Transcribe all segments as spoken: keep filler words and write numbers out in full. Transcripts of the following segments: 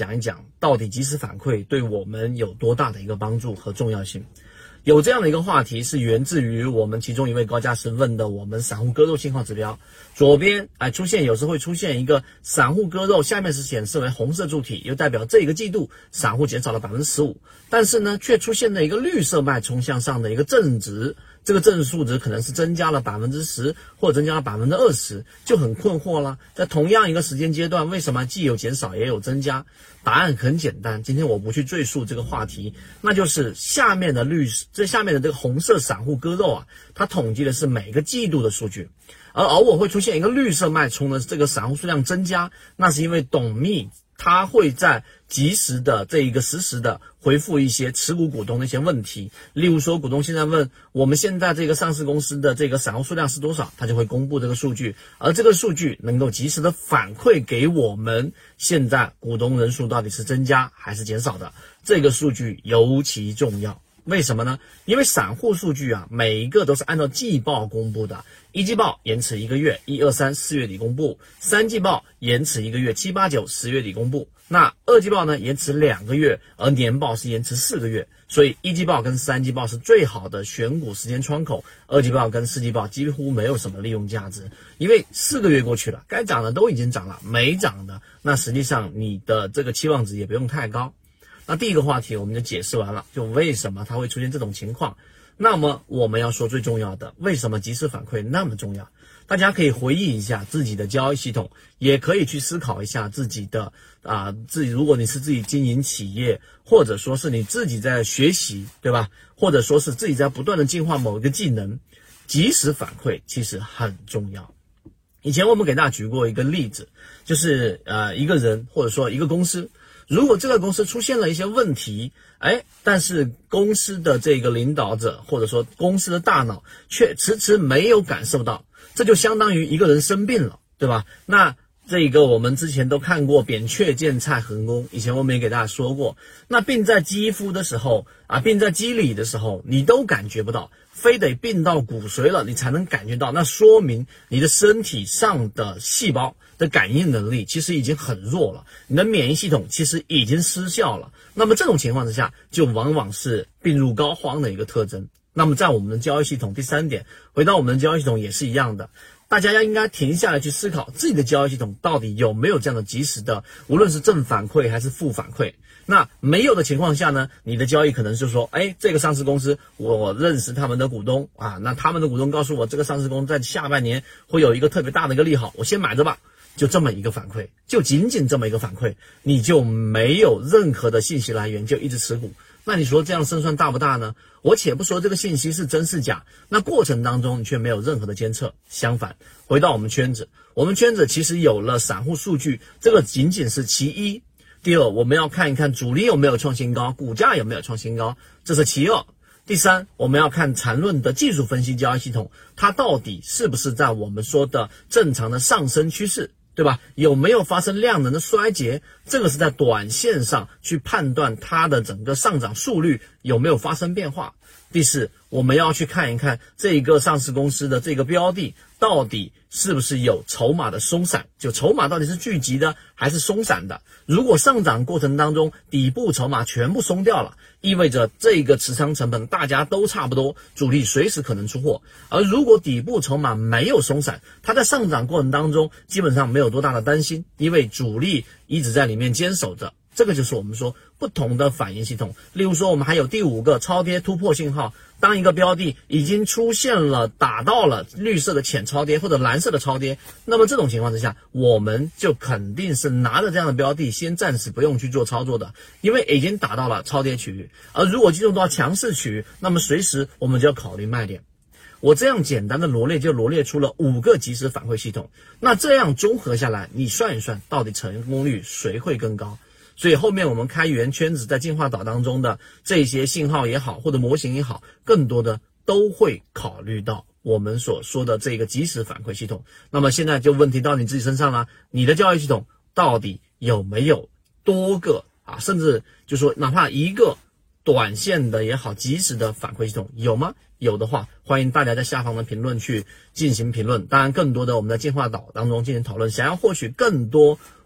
讲一讲到底即时反馈对我们有多大的一个帮助和重要性。有这样的一个话题是源自于我们其中一位高价值问的我们散户割肉信号指标，左边哎出现有时会出现一个散户割肉，下面是显示为红色柱体，又代表这个季度散户减少了 百分之十五， 但是呢却出现了一个绿色脉冲向上的一个正值，这个正数值可能是增加了 百分之十 或者增加了 百分之二十， 就很困惑了。在同样一个时间阶段，为什么既有减少也有增加？答案很简单，今天我不去赘述这个话题，那就是下面的绿这下面的这个红色散户割肉啊，它统计的是每个季度的数据，而偶尔会出现一个绿色脉冲的这个散户数量增加，那是因为董秘他会在及时的这一个实时的回复一些持股股东的一些问题，例如说股东现在问我们现在这个上市公司的这个散户数量是多少，他就会公布这个数据，而这个数据能够及时的反馈给我们现在股东人数到底是增加还是减少的，这个数据尤其重要。为什么呢？因为散户数据啊，每一个都是按照季报公布的，一季报延迟一个月，一二三四月底公布；三季报延迟一个月，七八九十月底公布。那二季报呢，延迟两个月，而年报是延迟四个月。所以一季报跟三季报是最好的选股时间窗口，二季报跟四季报几乎没有什么利用价值，因为四个月过去了，该涨的都已经涨了，没涨的那实际上你的这个期望值也不用太高。那第一个话题我们就解释完了，就为什么它会出现这种情况。那么我们要说最重要的，为什么即时反馈那么重要？大家可以回忆一下自己的交易系统，也可以去思考一下自己的啊、呃，自己如果你是自己经营企业，或者说是你自己在学习，对吧？或者说是自己在不断的进化某一个技能，即时反馈其实很重要。以前我们给大家举过一个例子，就是呃一个人或者说一个公司，如果这个公司出现了一些问题，哎，但是公司的这个领导者或者说公司的大脑却迟迟没有感受到，这就相当于一个人生病了，对吧？那这个我们之前都看过扁鹊见菜恒公，以前我们也给大家说过，那病在肌肤的时候啊，病在肌理的时候，你都感觉不到，非得病到骨髓了你才能感觉到，那说明你的身体上的细胞的感应能力其实已经很弱了，你的免疫系统其实已经失效了。那么这种情况之下，就往往是病入膏肓的一个特征。那么在我们的交易系统，第三点，回到我们的交易系统也是一样的，大家要应该停下来去思考自己的交易系统到底有没有这样的及时的，无论是正反馈还是负反馈。那没有的情况下呢，你的交易可能是说，哎，这个上市公司我认识他们的股东啊，那他们的股东告诉我这个上市公司在下半年会有一个特别大的一个利好，我先买着吧。就这么一个反馈，就仅仅这么一个反馈，你就没有任何的信息来源，就一直持股。那你说这样胜算大不大呢？我且不说这个信息是真是假，那过程当中你却没有任何的监测。相反，回到我们圈子，我们圈子其实有了散户数据，这个仅仅是其一。第二，我们要看一看主力有没有创新高，股价有没有创新高，这是其二。第三，我们要看缠论的技术分析交易系统，它到底是不是在我们说的正常的上升趋势，对吧？有没有发生量能的衰竭？这个是在短线上去判断它的整个上涨速率有没有发生变化。第四，我们要去看一看这一个上市公司的这个标的到底是不是有筹码的松散，就筹码到底是聚集的还是松散的。如果上涨过程当中底部筹码全部松掉了，意味着这个持仓成本大家都差不多，主力随时可能出货。而如果底部筹码没有松散，它在上涨过程当中基本上没有多大的担心，因为主力一直在里面坚守着。这个就是我们说不同的反应系统。例如说我们还有第五个超跌突破信号，当一个标的已经出现了打到了绿色的浅超跌或者蓝色的超跌，那么这种情况之下，我们就肯定是拿着这样的标的先暂时不用去做操作的，因为已经打到了超跌区域。而如果进入到强势区域，那么随时我们就要考虑卖点。我这样简单的罗列就罗列出了五个即时反馈系统，那这样综合下来，你算一算到底成功率谁会更高？所以后面我们开源圈子在进化岛当中的这些信号也好，或者模型也好，更多的都会考虑到我们所说的这个即时反馈系统。那么现在就问题到你自己身上了，你的交易系统到底有没有多个啊，甚至就说哪怕一个短线的也好，即时的反馈系统有吗？有的话，欢迎大家在下方的评论去进行评论。当然更多的我们在进化岛当中进行讨论。想要获取更多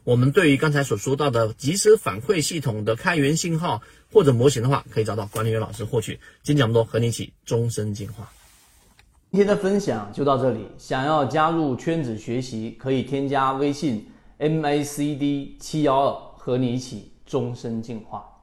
我们对于刚才所说到的即时反馈系统的开源信号或者模型的话，可以找到管理员老师获取。今天讲这么多，和你一起终身进化。 今天的分享就到这里，想要加入圈子学习，可以添加微信 M A C D 七一二，和你一起终身进化。